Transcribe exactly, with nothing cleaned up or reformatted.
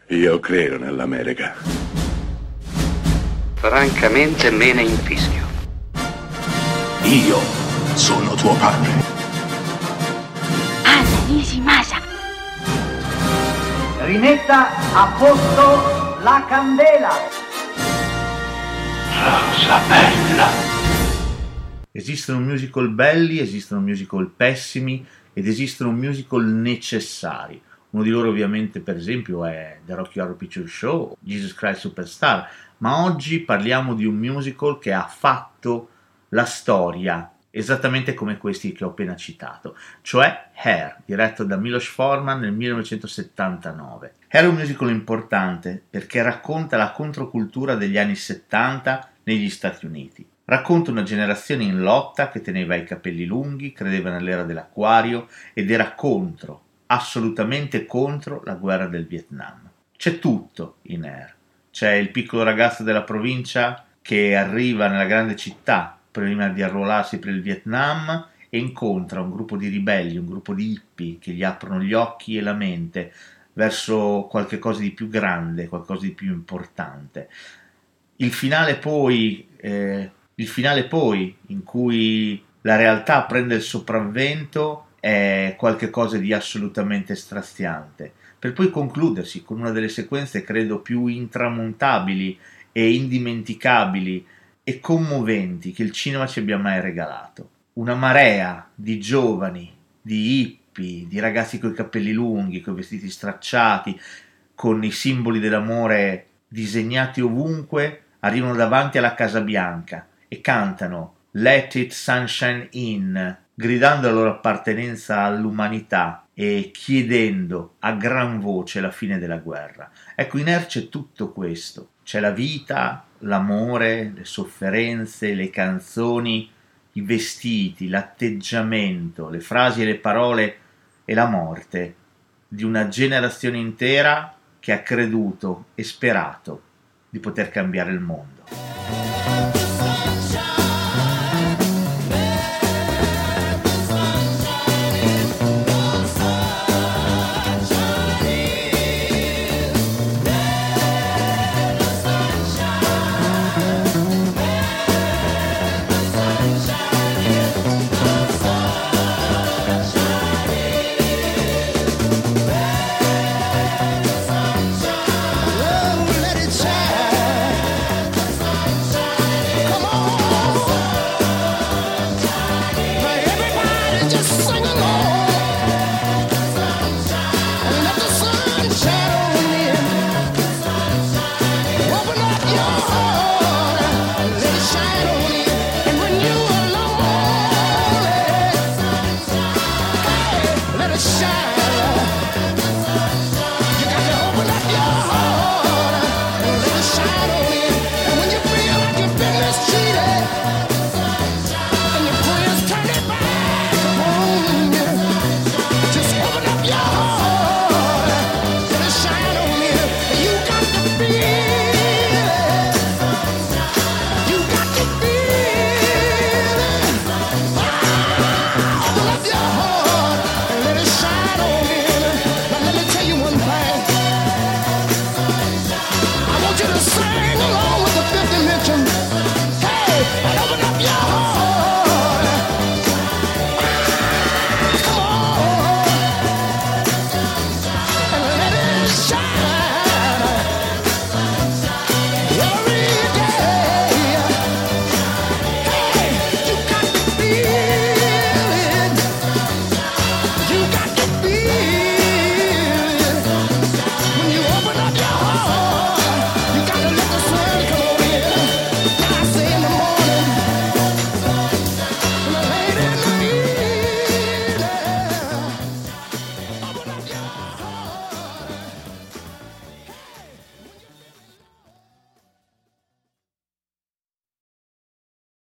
Io credo nell'America. Francamente me ne infischio. Io sono tuo padre. Anna Nishimasa. Rimetta a posto la candela. Rosa bella. Esistono musical belli, esistono musical pessimi ed esistono musical necessari. Uno di loro ovviamente per esempio è The Rocky Horror Picture Show, Jesus Christ Superstar, ma oggi parliamo di un musical che ha fatto la storia esattamente come questi che ho appena citato, cioè Hair, diretto da Milos Forman nel millenovecentosettantanove. Hair è un musical importante perché racconta la controcultura degli anni settanta negli Stati Uniti. Racconta una generazione in lotta che teneva i capelli lunghi, credeva nell'era dell'acquario ed era contro, assolutamente contro la guerra del Vietnam. C'è tutto in Hair. C'è il piccolo ragazzo della provincia che arriva nella grande città prima di arruolarsi per il Vietnam e incontra un gruppo di ribelli, un gruppo di hippie che gli aprono gli occhi e la mente verso qualche cosa di più grande, qualcosa di più importante. Il finale poi, eh, il finale poi in cui la realtà prende il sopravvento è qualcosa di assolutamente straziante, per poi concludersi con una delle sequenze credo più intramontabili e indimenticabili e commoventi che il cinema ci abbia mai regalato. Una marea di giovani, di hippie, di ragazzi coi capelli lunghi, coi vestiti stracciati, con i simboli dell'amore disegnati ovunque, arrivano davanti alla Casa Bianca e cantano Let It Sunshine In, gridando la loro appartenenza all'umanità e chiedendo a gran voce la fine della guerra. Ecco, in Hair c'è tutto questo. C'è la vita, l'amore, le sofferenze, le canzoni, i vestiti, l'atteggiamento, le frasi e le parole e la morte di una generazione intera che ha creduto e sperato di poter cambiare il mondo.